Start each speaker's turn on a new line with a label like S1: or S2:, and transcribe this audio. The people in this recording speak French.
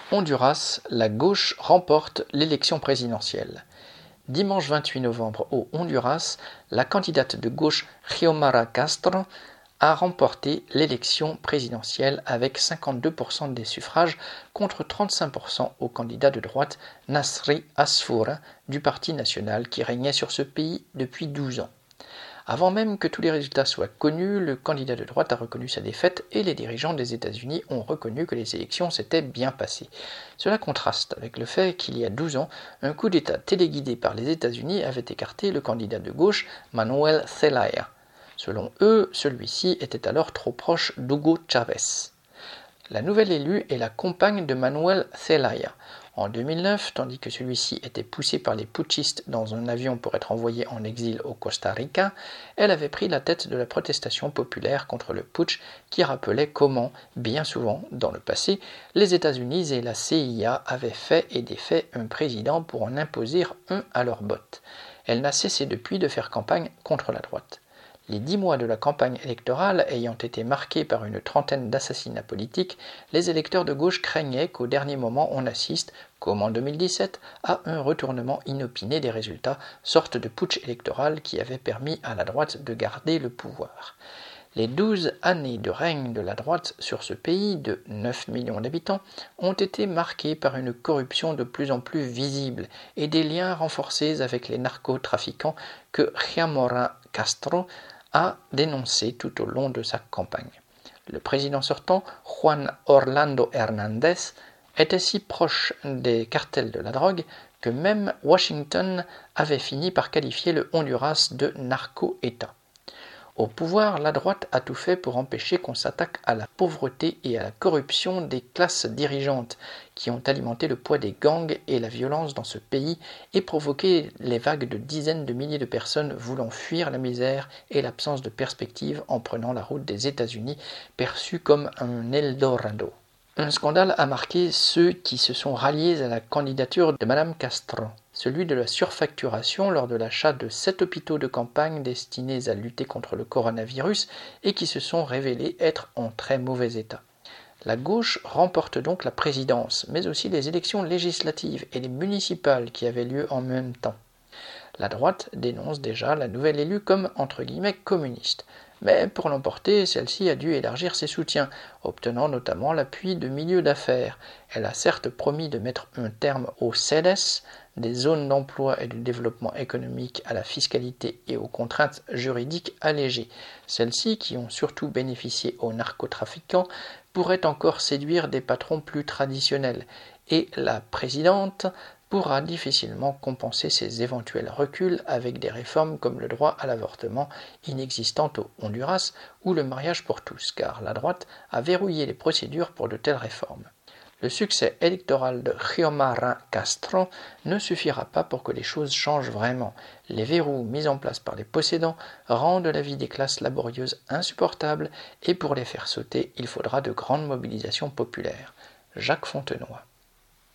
S1: Honduras, la gauche remporte l'élection présidentielle. Dimanche 28 novembre au Honduras, la candidate de gauche Xiomara Castro a remporté l'élection présidentielle avec 52% des suffrages contre 35% au candidat de droite Nasri Asfour du Parti national qui régnait sur ce pays depuis 12 ans. Avant même que tous les résultats soient connus, le candidat de droite a reconnu sa défaite et les dirigeants des États-Unis ont reconnu que les élections s'étaient bien passées. Cela contraste avec le fait qu'il y a 12 ans, un coup d'État téléguidé par les États-Unis avait écarté le candidat de gauche Manuel Zelaya. Selon eux, celui-ci était alors trop proche d'Hugo Chávez. La nouvelle élue est la compagne de Manuel Zelaya. En 2009, tandis que celui-ci était poussé par les putschistes dans un avion pour être envoyé en exil au Costa Rica, elle avait pris la tête de la protestation populaire contre le putsch qui rappelait comment, bien souvent dans le passé, les États-Unis et la CIA avaient fait et défait un président pour en imposer un à leur botte. Elle n'a cessé depuis de faire campagne contre la droite. Les 10 mois de la campagne électorale ayant été marqués par une trentaine d'assassinats politiques, les électeurs de gauche craignaient qu'au dernier moment on assiste, comme en 2017, à un retournement inopiné des résultats, sorte de putsch électoral qui avait permis à la droite de garder le pouvoir. Les 12 années de règne de la droite sur ce pays de 9 millions d'habitants ont été marquées par une corruption de plus en plus visible et des liens renforcés avec les narcotrafiquants que Xiomara Castro a dénoncé tout au long de sa campagne. Le président sortant, Juan Orlando Hernández, était si proche des cartels de la drogue que même Washington avait fini par qualifier le Honduras de narco-État. Au pouvoir, la droite a tout fait pour empêcher qu'on s'attaque à la pauvreté et à la corruption des classes dirigeantes qui ont alimenté le poids des gangs et la violence dans ce pays et provoqué les vagues de dizaines de milliers de personnes voulant fuir la misère et l'absence de perspective en prenant la route des États-Unis, perçue comme un Eldorado. Un scandale a marqué ceux qui se sont ralliés à la candidature de Mme Castro, celui de la surfacturation lors de l'achat de 7 hôpitaux de campagne destinés à lutter contre le coronavirus et qui se sont révélés être en très mauvais état. La gauche remporte donc la présidence, mais aussi les élections législatives et les municipales qui avaient lieu en même temps. La droite dénonce déjà la nouvelle élue comme entre guillemets communiste. Mais pour l'emporter, celle-ci a dû élargir ses soutiens, obtenant notamment l'appui de milieux d'affaires. Elle a certes promis de mettre un terme aux CEDES, des zones d'emploi et de développement économique à la fiscalité et aux contraintes juridiques allégées. Celles-ci, qui ont surtout bénéficié aux narcotrafiquants, pourraient encore séduire des patrons plus traditionnels. Et la présidente pourra difficilement compenser ces éventuels reculs avec des réformes comme le droit à l'avortement inexistant au Honduras ou le mariage pour tous, car la droite a verrouillé les procédures pour de telles réformes. Le succès électoral de Xiomara Castro ne suffira pas pour que les choses changent vraiment. Les verrous mis en place par les possédants rendent la vie des classes laborieuses insupportable et pour les faire sauter, il faudra de grandes mobilisations populaires. Jacques Fontenoy.